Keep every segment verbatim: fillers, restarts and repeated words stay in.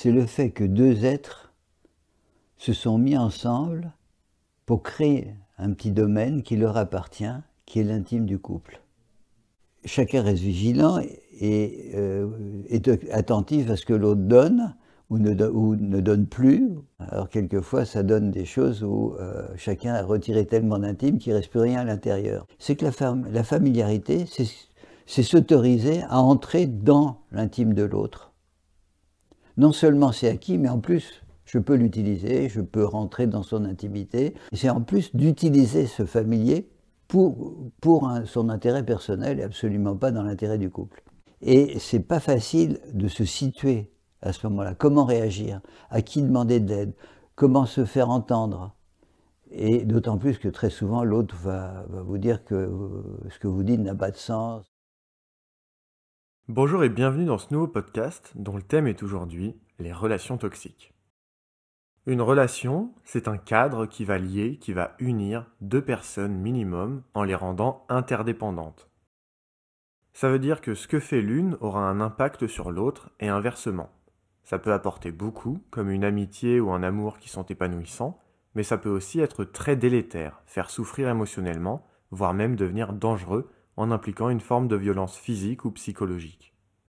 c'est le fait que deux êtres se sont mis ensemble pour créer un petit domaine qui leur appartient, qui est l'intime du couple. Chacun reste vigilant et euh, est attentif à ce que l'autre donne ou ne, do- ou ne donne plus. Alors quelquefois, ça donne des choses où euh, chacun a retiré tellement d'intime qu'il ne reste plus rien à l'intérieur. C'est que la, fam- la familiarité, c'est, c'est s'autoriser à entrer dans l'intime de l'autre. Non seulement c'est acquis, mais en plus, je peux l'utiliser, je peux rentrer dans son intimité. Et c'est en plus d'utiliser ce familier pour, pour un- son intérêt personnel et absolument pas dans l'intérêt du couple. Et c'est pas facile de se situer à ce moment-là. Comment réagir? À qui demander de l'aide? Comment se faire entendre? Et d'autant plus que très souvent, l'autre va, va vous dire que euh, ce que vous dites n'a pas de sens. Bonjour et bienvenue dans ce nouveau podcast dont le thème est aujourd'hui les relations toxiques. Une relation, c'est un cadre qui va lier, qui va unir deux personnes minimum en les rendant interdépendantes. Ça veut dire que ce que fait l'une aura un impact sur l'autre et inversement. Ça peut apporter beaucoup, comme une amitié ou un amour qui sont épanouissants, mais ça peut aussi être très délétère, faire souffrir émotionnellement, voire même devenir dangereux en impliquant une forme de violence physique ou psychologique.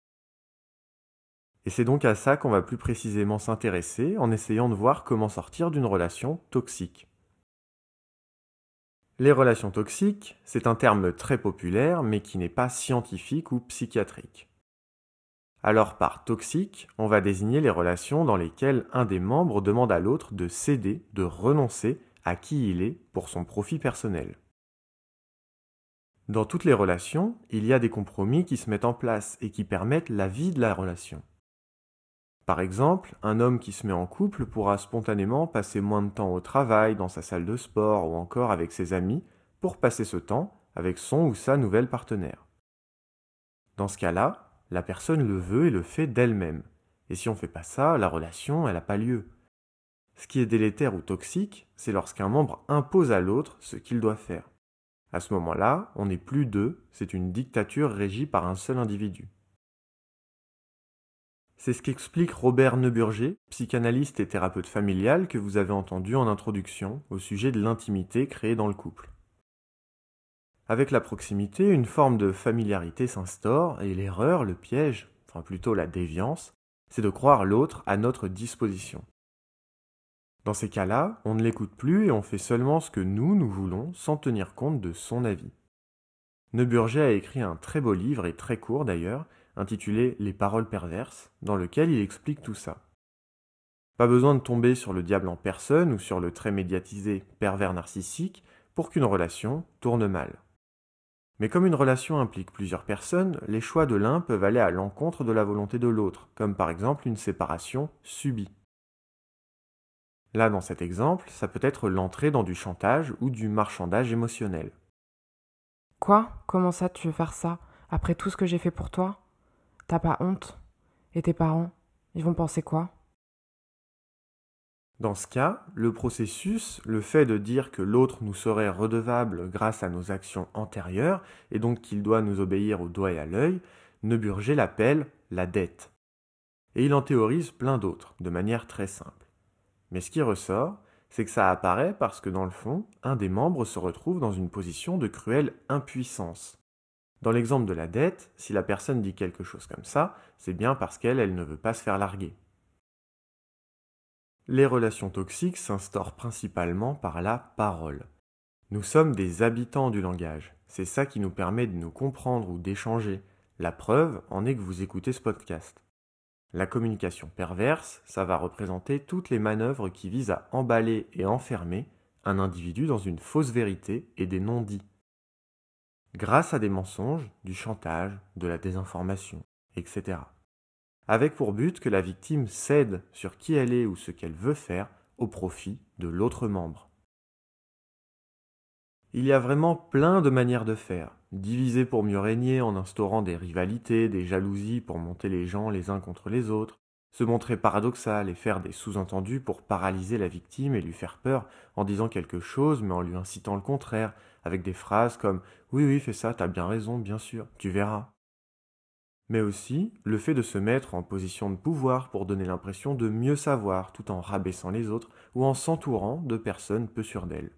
Et c'est donc à ça qu'on va plus précisément s'intéresser en essayant de voir comment sortir d'une relation toxique. Les relations toxiques, c'est un terme très populaire mais qui n'est pas scientifique ou psychiatrique. Alors par toxique, on va désigner les relations dans lesquelles un des membres demande à l'autre de céder, de renoncer à qui il est pour son profit personnel. Dans toutes les relations, il y a des compromis qui se mettent en place et qui permettent la vie de la relation. Par exemple, un homme qui se met en couple pourra spontanément passer moins de temps au travail, dans sa salle de sport ou encore avec ses amis pour passer ce temps avec son ou sa nouvelle partenaire. Dans ce cas-là, la personne le veut et le fait d'elle-même. Et si on ne fait pas ça, la relation, elle n'a pas lieu. Ce qui est délétère ou toxique, c'est lorsqu'un membre impose à l'autre ce qu'il doit faire. À ce moment-là, on n'est plus deux, c'est une dictature régie par un seul individu. C'est ce qu'explique Robert Neuburger, psychanalyste et thérapeute familial que vous avez entendu en introduction au sujet de l'intimité créée dans le couple. Avec la proximité, une forme de familiarité s'instaure et l'erreur, le piège, enfin plutôt la déviance, c'est de croire l'autre à notre disposition. Dans ces cas-là, on ne l'écoute plus et on fait seulement ce que nous, nous voulons sans tenir compte de son avis. Neuburger a écrit un très beau livre, et très court d'ailleurs, intitulé Les paroles perverses, dans lequel il explique tout ça. Pas besoin de tomber sur le diable en personne ou sur le très médiatisé pervers narcissique pour qu'une relation tourne mal. Mais comme une relation implique plusieurs personnes, les choix de l'un peuvent aller à l'encontre de la volonté de l'autre, comme par exemple une séparation subie. Là, dans cet exemple, ça peut être l'entrée dans du chantage ou du marchandage émotionnel. Quoi? Comment ça tu veux faire ça? Après tout ce que j'ai fait pour toi? T'as pas honte? Et tes parents? Ils vont penser quoi? Dans ce cas, le processus, le fait de dire que l'autre nous serait redevable grâce à nos actions antérieures, et donc qu'il doit nous obéir au doigt et à l'œil, Neuburger l'appelle la dette. Et il en théorise plein d'autres, de manière très simple. Mais ce qui ressort, c'est que ça apparaît parce que dans le fond, un des membres se retrouve dans une position de cruelle impuissance. Dans l'exemple de la dette, si la personne dit quelque chose comme ça, c'est bien parce qu'elle, elle ne veut pas se faire larguer. Les relations toxiques s'instaurent principalement par la parole. Nous sommes des habitants du langage. C'est ça qui nous permet de nous comprendre ou d'échanger. La preuve en est que vous écoutez ce podcast. La communication perverse, ça va représenter toutes les manœuvres qui visent à emballer et enfermer un individu dans une fausse vérité et des non-dits. Grâce à des mensonges, du chantage, de la désinformation, et cetera. Avec pour but que la victime cède sur qui elle est ou ce qu'elle veut faire au profit de l'autre membre. Il y a vraiment plein de manières de faire. Diviser pour mieux régner en instaurant des rivalités, des jalousies pour monter les gens les uns contre les autres, se montrer paradoxal et faire des sous-entendus pour paralyser la victime et lui faire peur en disant quelque chose mais en lui incitant le contraire, avec des phrases comme « Oui, oui, fais ça, t'as bien raison, bien sûr, tu verras ». mais aussi le fait de se mettre en position de pouvoir pour donner l'impression de mieux savoir tout en rabaissant les autres ou en s'entourant de personnes peu sûres d'elles.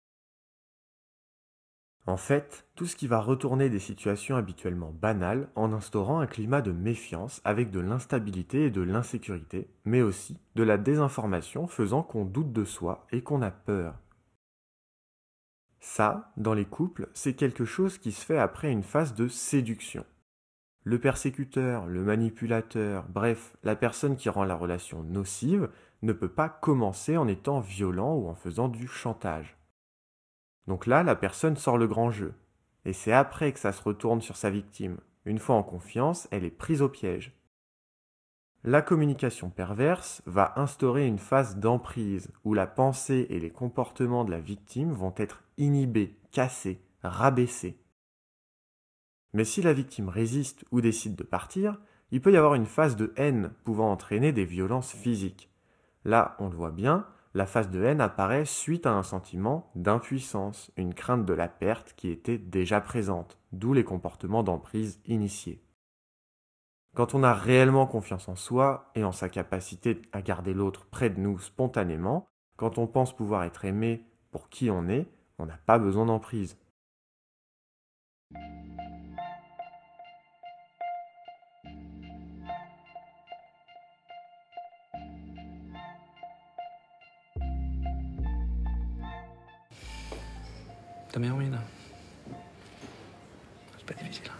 En fait, tout ce qui va retourner des situations habituellement banales en instaurant un climat de méfiance avec de l'instabilité et de l'insécurité, mais aussi de la désinformation faisant qu'on doute de soi et qu'on a peur. Ça, dans les couples, c'est quelque chose qui se fait après une phase de séduction. Le persécuteur, le manipulateur, bref, la personne qui rend la relation nocive, ne peut pas commencer en étant violent ou en faisant du chantage. Donc là, la personne sort le grand jeu. Et c'est après que ça se retourne sur sa victime. Une fois en confiance, elle est prise au piège. La communication perverse va instaurer une phase d'emprise où la pensée et les comportements de la victime vont être inhibés, cassés, rabaissés. Mais si la victime résiste ou décide de partir, il peut y avoir une phase de haine pouvant entraîner des violences physiques. Là, on le voit bien, la phase de haine apparaît suite à un sentiment d'impuissance, une crainte de la perte qui était déjà présente, d'où les comportements d'emprise initiés. Quand on a réellement confiance en soi et en sa capacité à garder l'autre près de nous spontanément, quand on pense pouvoir être aimé pour qui on est, on n'a pas besoin d'emprise. Ta meilleure mine. C'est pas difficile.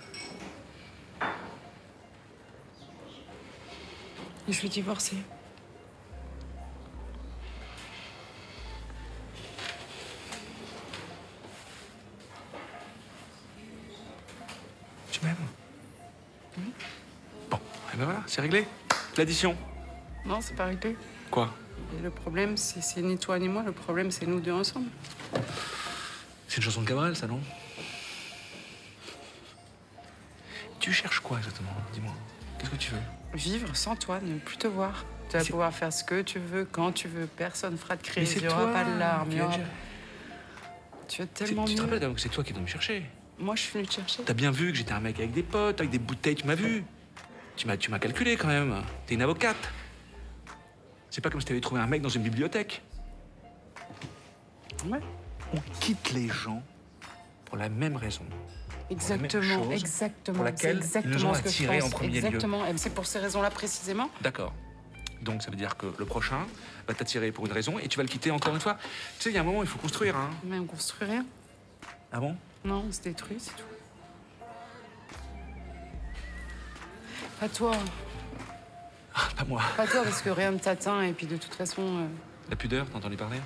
Et je veux divorcer. Tu m'aimes? Oui. Bon, et ben voilà, c'est réglé. L'addition. Non, c'est pas réglé. Quoi? Et le problème, c'est c'est ni toi ni moi. Le problème, c'est nous deux ensemble. C'est une chanson de Cabrel, ça, non? Tu cherches quoi exactement? Dis-moi. Qu'est-ce que tu veux? Vivre sans toi, ne plus te voir. Tu vas C'est- pouvoir faire ce que tu veux, quand tu veux. Personne fera de Mais crise. c'est Il n'y aura toi pas de larmes. il qui y aura- as déjà- Tu es C'est- tellement Tu te mieux. rappelles quand même que c'est toi qui es venu me chercher? Moi, je suis venue te chercher. T'as bien vu que j'étais un mec avec des potes, avec des bouteilles, tu m'as vu. Tu m'as, tu m'as calculé quand même. T'es une avocate. C'est pas comme si t'avais trouvé un mec dans une bibliothèque. Ouais. On quitte les gens pour la même raison. Exactement, chose exactement. pour laquelle c'est exactement ils nous ont ce que je attirés pense. en premier lieu. Exactement. Et c'est pour ces raisons-là précisément. D'accord. Donc ça veut dire que le prochain va t'attirer pour une raison et tu vas le quitter encore une fois. Tu sais, il y a un moment, il faut construire, hein. Mais on construit rien. Ah bon? Non, on se détruit, c'est tout. Pas toi. Ah, pas moi. Pas toi, parce que rien ne t'atteint. Et puis de toute façon. euh, La pudeur, t'as entendu parler?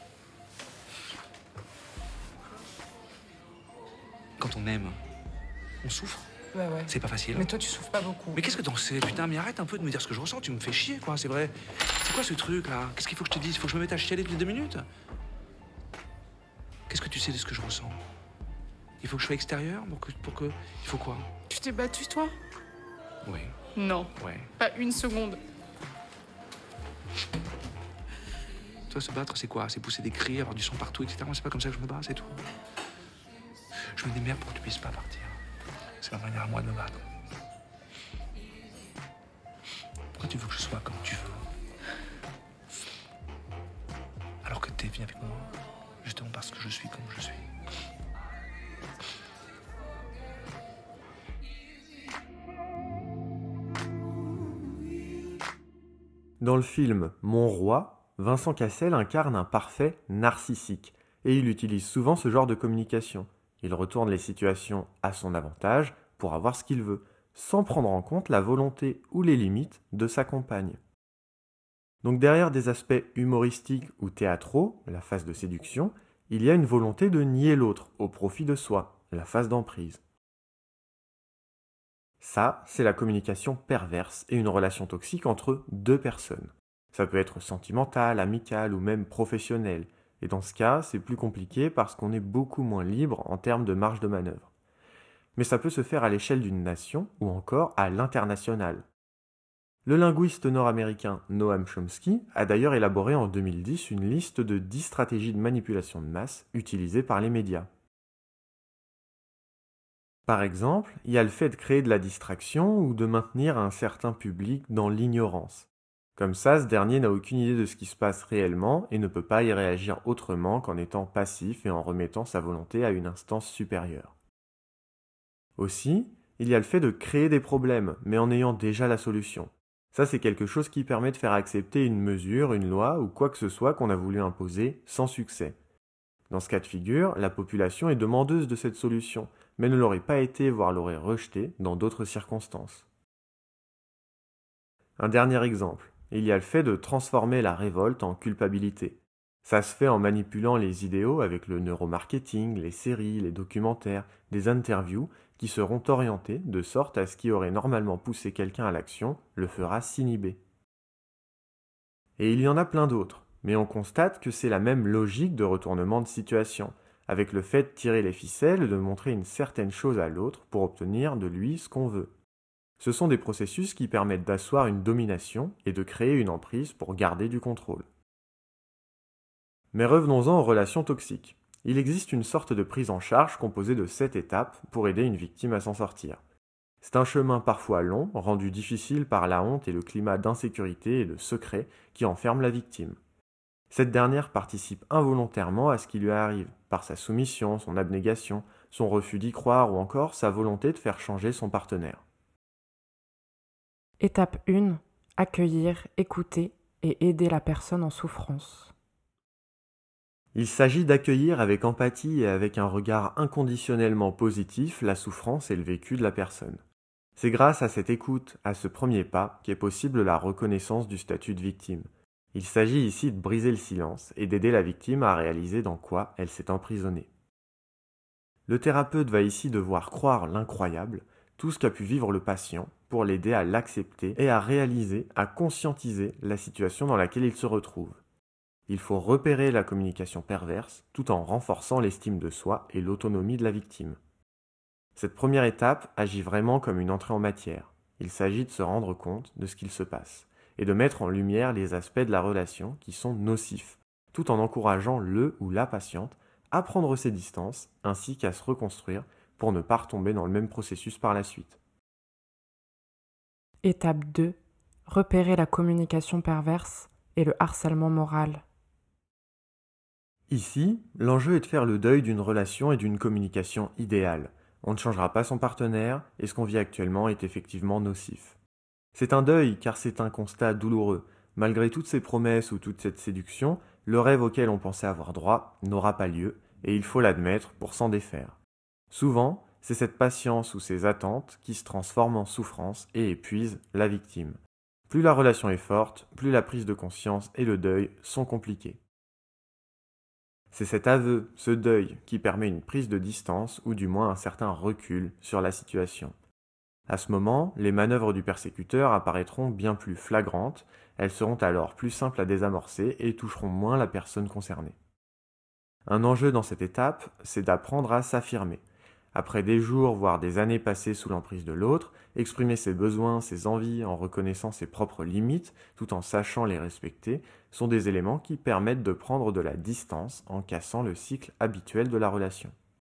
Quand on aime, on souffre. Ouais, ouais. C'est pas facile. Mais toi, tu souffres pas beaucoup. Mais qu'est-ce que t'en sais? Putain, mais arrête un peu de me dire ce que je ressens, tu me fais chier, quoi, c'est vrai. C'est quoi ce truc, là? Qu'est-ce qu'il faut que je te dise? Il faut que je me mette à chialer toutes les deux minutes? Qu'est-ce que tu sais de ce que je ressens? Il faut que je sois extérieur pour que... Pour que... Il faut quoi? Tu t'es battu, toi? Oui, Non. ouais. Pas une seconde. Toi, se battre, c'est quoi? C'est pousser des cris, avoir du sang partout, et cetera. Moi, c'est pas comme ça que je me bats, c'est tout. Je me démerde pour que tu puisses pas partir. C'est ma manière à moi de me battre. Pourquoi tu veux que je sois comme tu veux? Alors que t'es, viens avec moi. Justement parce que je suis comme je suis. Dans le film Mon Roi, Vincent Cassel incarne un parfait narcissique, et il utilise souvent ce genre de communication. Il retourne les situations à son avantage pour avoir ce qu'il veut, sans prendre en compte la volonté ou les limites de sa compagne. Donc derrière des aspects humoristiques ou théâtraux, la phase de séduction, il y a une volonté de nier l'autre au profit de soi, la phase d'emprise. Ça, c'est la communication perverse et une relation toxique entre deux personnes. Ça peut être sentimental, amical ou même professionnel. Et dans ce cas, c'est plus compliqué parce qu'on est beaucoup moins libre en termes de marge de manœuvre. Mais ça peut se faire à l'échelle d'une nation ou encore à l'international. Le linguiste nord-américain Noam Chomsky a d'ailleurs élaboré en deux mille dix une liste de dix stratégies de manipulation de masse utilisées par les médias. Par exemple, il y a le fait de créer de la distraction ou de maintenir un certain public dans l'ignorance. Comme ça, ce dernier n'a aucune idée de ce qui se passe réellement et ne peut pas y réagir autrement qu'en étant passif et en remettant sa volonté à une instance supérieure. Aussi, il y a le fait de créer des problèmes, mais en ayant déjà la solution. Ça, c'est quelque chose qui permet de faire accepter une mesure, une loi ou quoi que ce soit qu'on a voulu imposer sans succès. Dans ce cas de figure, la population est demandeuse de cette solution, mais ne l'aurait pas été, voire l'aurait rejetée dans d'autres circonstances. Un dernier exemple, il y a le fait de transformer la révolte en culpabilité. Ça se fait en manipulant les idéaux avec le neuromarketing, les séries, les documentaires, des interviews qui seront orientés de sorte à ce qui aurait normalement poussé quelqu'un à l'action le fera s'inhiber. Et il y en a plein d'autres, mais on constate que c'est la même logique de retournement de situation, avec le fait de tirer les ficelles et de montrer une certaine chose à l'autre pour obtenir de lui ce qu'on veut. Ce sont des processus qui permettent d'asseoir une domination et de créer une emprise pour garder du contrôle. Mais revenons-en aux relations toxiques. Il existe une sorte de prise en charge composée de sept étapes pour aider une victime à s'en sortir. C'est un chemin parfois long, rendu difficile par la honte et le climat d'insécurité et de secret qui enferme la victime. Cette dernière participe involontairement à ce qui lui arrive, par sa soumission, son abnégation, son refus d'y croire ou encore sa volonté de faire changer son partenaire. Étape un. Accueillir, écouter et aider la personne en souffrance. Il s'agit d'accueillir avec empathie et avec un regard inconditionnellement positif la souffrance et le vécu de la personne. C'est grâce à cette écoute, à ce premier pas, qu'est possible la reconnaissance du statut de victime. Il s'agit ici de briser le silence et d'aider la victime à réaliser dans quoi elle s'est emprisonnée. Le thérapeute va ici devoir croire l'incroyable, tout ce qu'a pu vivre le patient, pour l'aider à l'accepter et à réaliser, à conscientiser la situation dans laquelle il se retrouve. Il faut repérer la communication perverse tout en renforçant l'estime de soi et l'autonomie de la victime. Cette première étape agit vraiment comme une entrée en matière. Il s'agit de se rendre compte de ce qu'il se passe et de mettre en lumière les aspects de la relation qui sont nocifs, tout en encourageant le ou la patiente à prendre ses distances ainsi qu'à se reconstruire pour ne pas retomber dans le même processus par la suite. Étape deux. Repérer la communication perverse et le harcèlement moral. Ici, l'enjeu est de faire le deuil d'une relation et d'une communication idéale. On ne changera pas son partenaire et ce qu'on vit actuellement est effectivement nocif. C'est un deuil car c'est un constat douloureux. Malgré toutes ces promesses ou toute cette séduction, le rêve auquel on pensait avoir droit n'aura pas lieu et il faut l'admettre pour s'en défaire. Souvent, c'est cette patience ou ces attentes qui se transforment en souffrance et épuisent la victime. Plus la relation est forte, plus la prise de conscience et le deuil sont compliqués. C'est cet aveu, ce deuil, qui permet une prise de distance ou du moins un certain recul sur la situation. À ce moment, les manœuvres du persécuteur apparaîtront bien plus flagrantes, elles seront alors plus simples à désamorcer et toucheront moins la personne concernée. Un enjeu dans cette étape, c'est d'apprendre à s'affirmer. Après des jours, voire des années passées sous l'emprise de l'autre, exprimer ses besoins, ses envies, en reconnaissant ses propres limites, tout en sachant les respecter, sont des éléments qui permettent de prendre de la distance en cassant le cycle habituel de la relation.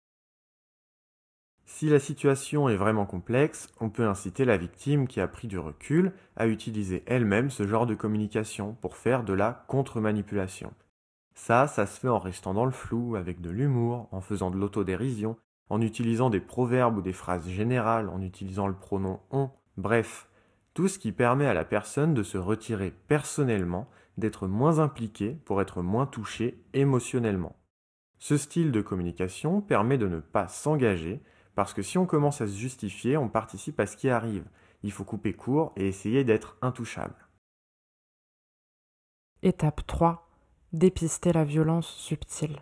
Si la situation est vraiment complexe, on peut inciter la victime qui a pris du recul à utiliser elle-même ce genre de communication pour faire de la contre-manipulation. Ça, ça se fait en restant dans le flou, avec de l'humour, en faisant de l'autodérision, en utilisant des proverbes ou des phrases générales, en utilisant le pronom « on », bref, tout ce qui permet à la personne de se retirer personnellement, d'être moins impliquée pour être moins touchée émotionnellement. Ce style de communication permet de ne pas s'engager, parce que si on commence à se justifier, on participe à ce qui arrive. Il faut couper court et essayer d'être intouchable. Étape trois. Dépister la violence subtile.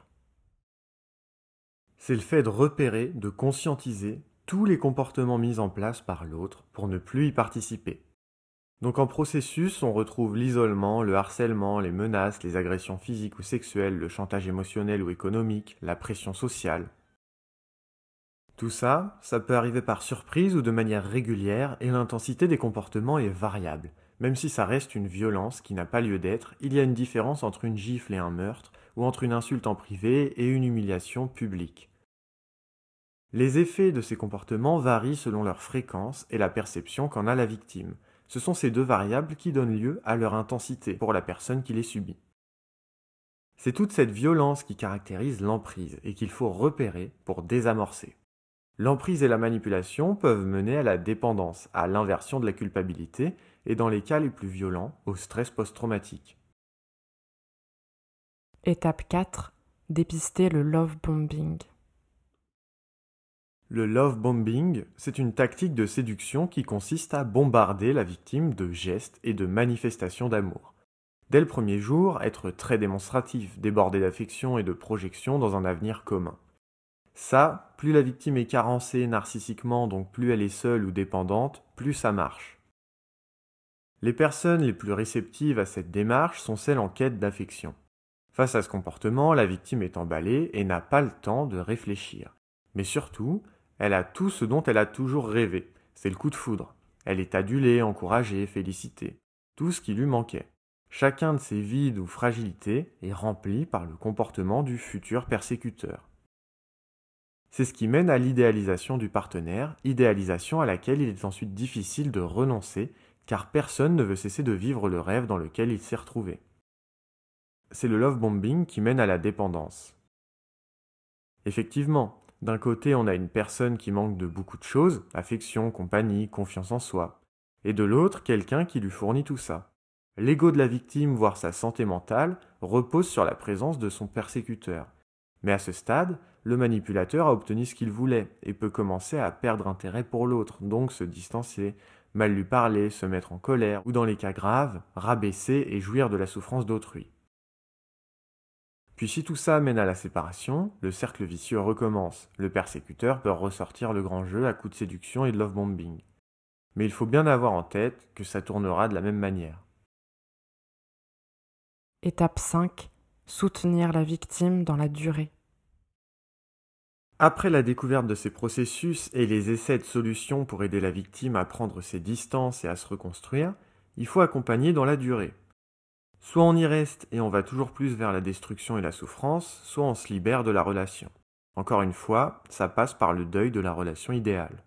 C'est le fait de repérer, de conscientiser tous les comportements mis en place par l'autre pour ne plus y participer. Donc en processus, on retrouve l'isolement, le harcèlement, les menaces, les agressions physiques ou sexuelles, le chantage émotionnel ou économique, la pression sociale. Tout ça, ça peut arriver par surprise ou de manière régulière et l'intensité des comportements est variable. Même si ça reste une violence qui n'a pas lieu d'être, il y a une différence entre une gifle et un meurtre ou entre une insulte en privé et une humiliation publique. Les effets de ces comportements varient selon leur fréquence et la perception qu'en a la victime. Ce sont ces deux variables qui donnent lieu à leur intensité pour la personne qui les subit. C'est toute cette violence qui caractérise l'emprise et qu'il faut repérer pour désamorcer. L'emprise et la manipulation peuvent mener à la dépendance, à l'inversion de la culpabilité et dans les cas les plus violents, au stress post-traumatique. Étape quatre. Dépister le love bombing. Le love bombing, c'est une tactique de séduction qui consiste à bombarder la victime de gestes et de manifestations d'amour. Dès le premier jour, être très démonstratif, débordé d'affection et de projection dans un avenir commun. Ça, plus la victime est carencée narcissiquement, donc plus elle est seule ou dépendante, plus ça marche. Les personnes les plus réceptives à cette démarche sont celles en quête d'affection. Face à ce comportement, la victime est emballée et n'a pas le temps de réfléchir. Mais surtout, elle a tout ce dont elle a toujours rêvé, c'est le coup de foudre. Elle est adulée, encouragée, félicitée. Tout ce qui lui manquait. Chacun de ces vides ou fragilités est rempli par le comportement du futur persécuteur. C'est ce qui mène à l'idéalisation du partenaire, idéalisation à laquelle il est ensuite difficile de renoncer, car personne ne veut cesser de vivre le rêve dans lequel il s'est retrouvé. C'est le love bombing qui mène à la dépendance. Effectivement, d'un côté, on a une personne qui manque de beaucoup de choses, affection, compagnie, confiance en soi, et de l'autre, quelqu'un qui lui fournit tout ça. L'ego de la victime, voire sa santé mentale, repose sur la présence de son persécuteur. Mais à ce stade, le manipulateur a obtenu ce qu'il voulait et peut commencer à perdre intérêt pour l'autre, donc se distancer, mal lui parler, se mettre en colère, ou dans les cas graves, rabaisser et jouir de la souffrance d'autrui. Puis si tout ça mène à la séparation, le cercle vicieux recommence. Le persécuteur peut ressortir le grand jeu à coups de séduction et de love bombing. Mais il faut bien avoir en tête que ça tournera de la même manière. Étape cinq. Soutenir la victime dans la durée. Après la découverte de ces processus et les essais de solutions pour aider la victime à prendre ses distances et à se reconstruire, il faut accompagner dans la durée. Soit on y reste et on va toujours plus vers la destruction et la souffrance, soit on se libère de la relation. Encore une fois, ça passe par le deuil de la relation idéale.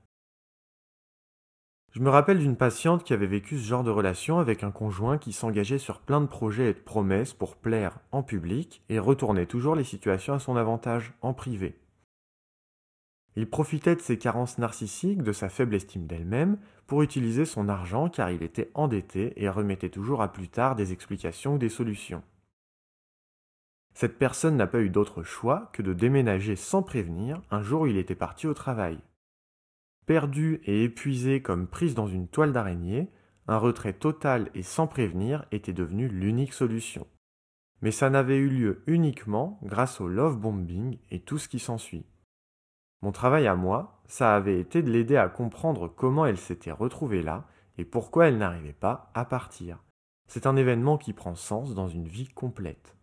Je me rappelle d'une patiente qui avait vécu ce genre de relation avec un conjoint qui s'engageait sur plein de projets et de promesses pour plaire en public et retournait toujours les situations à son avantage en privé. Il profitait de ses carences narcissiques, de sa faible estime d'elle-même, pour utiliser son argent car il était endetté et remettait toujours à plus tard des explications ou des solutions. Cette personne n'a pas eu d'autre choix que de déménager sans prévenir un jour où il était parti au travail. Perdue et épuisée comme prise dans une toile d'araignée, un retrait total et sans prévenir était devenu l'unique solution. Mais ça n'avait eu lieu uniquement grâce au love bombing et tout ce qui s'ensuit. Mon travail à moi, ça avait été de l'aider à comprendre comment elle s'était retrouvée là et pourquoi elle n'arrivait pas à partir. C'est un événement qui prend sens dans une vie complète.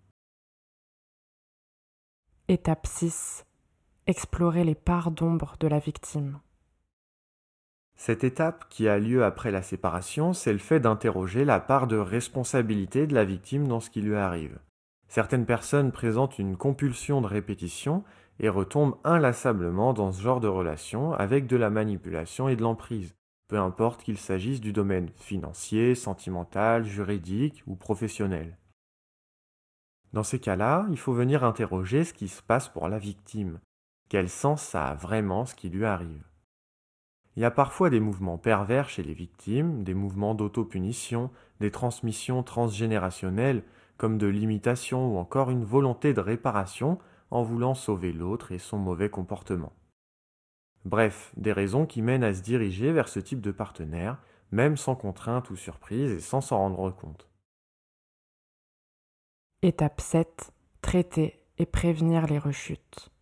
Étape six. Explorer les parts d'ombre de la victime. Cette étape qui a lieu après la séparation, c'est le fait d'interroger la part de responsabilité de la victime dans ce qui lui arrive. Certaines personnes présentent une compulsion de répétition et retombent inlassablement dans ce genre de relation avec de la manipulation et de l'emprise, peu importe qu'il s'agisse du domaine financier, sentimental, juridique ou professionnel. Dans ces cas-là, il faut venir interroger ce qui se passe pour la victime. Quel sens ça a vraiment ce qui lui arrive? Il y a parfois des mouvements pervers chez les victimes, des mouvements d'autopunition, des transmissions transgénérationnelles, comme de l'imitation ou encore une volonté de réparation en voulant sauver l'autre et son mauvais comportement. Bref, des raisons qui mènent à se diriger vers ce type de partenaire, même sans contrainte ou surprise et sans s'en rendre compte. Étape sept. Traiter et prévenir les rechutes.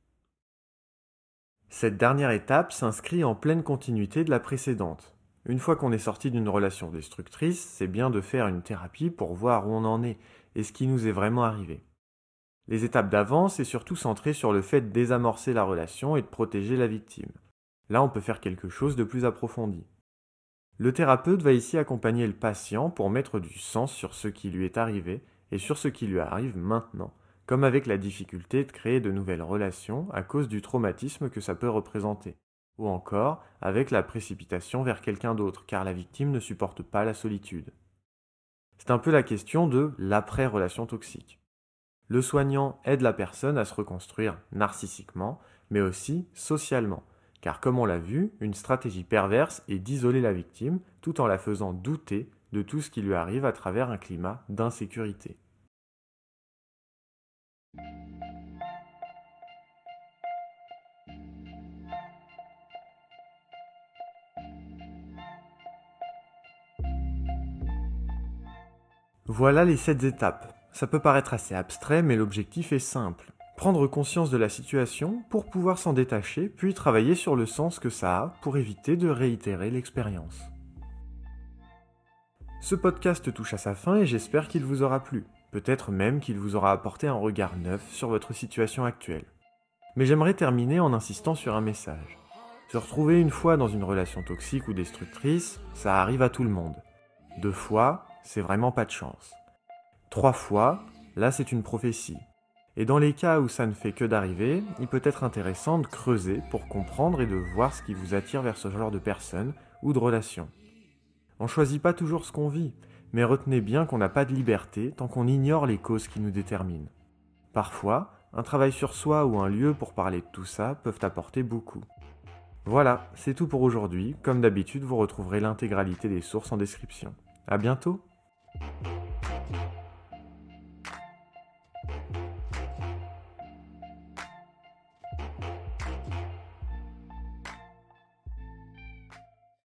Cette dernière étape s'inscrit en pleine continuité de la précédente. Une fois qu'on est sorti d'une relation destructrice, c'est bien de faire une thérapie pour voir où on en est et ce qui nous est vraiment arrivé. Les étapes d'avant, c'est surtout centré sur le fait de désamorcer la relation et de protéger la victime. Là, on peut faire quelque chose de plus approfondi. Le thérapeute va ici accompagner le patient pour mettre du sens sur ce qui lui est arrivé et sur ce qui lui arrive maintenant, comme avec la difficulté de créer de nouvelles relations à cause du traumatisme que ça peut représenter, ou encore avec la précipitation vers quelqu'un d'autre, car la victime ne supporte pas la solitude. C'est un peu la question de l'après-relation toxique. Le soignant aide la personne à se reconstruire narcissiquement, mais aussi socialement, car comme on l'a vu, une stratégie perverse est d'isoler la victime tout en la faisant douter de tout ce qui lui arrive à travers un climat d'insécurité. Voilà les sept étapes. Ça peut paraître assez abstrait, mais l'objectif est simple. Prendre conscience de la situation pour pouvoir s'en détacher, puis travailler sur le sens que ça a pour éviter de réitérer l'expérience. Ce podcast touche à sa fin et j'espère qu'il vous aura plu. Peut-être même qu'il vous aura apporté un regard neuf sur votre situation actuelle. Mais j'aimerais terminer en insistant sur un message. Se retrouver une fois dans une relation toxique ou destructrice, ça arrive à tout le monde. Deux fois, c'est vraiment pas de chance. Trois fois, là c'est une prophétie. Et dans les cas où ça ne fait que d'arriver, il peut être intéressant de creuser pour comprendre et de voir ce qui vous attire vers ce genre de personnes ou de relations. On choisit pas toujours ce qu'on vit, mais retenez bien qu'on n'a pas de liberté tant qu'on ignore les causes qui nous déterminent. Parfois, un travail sur soi ou un lieu pour parler de tout ça peuvent apporter beaucoup. Voilà, c'est tout pour aujourd'hui. Comme d'habitude, vous retrouverez l'intégralité des sources en description. À bientôt!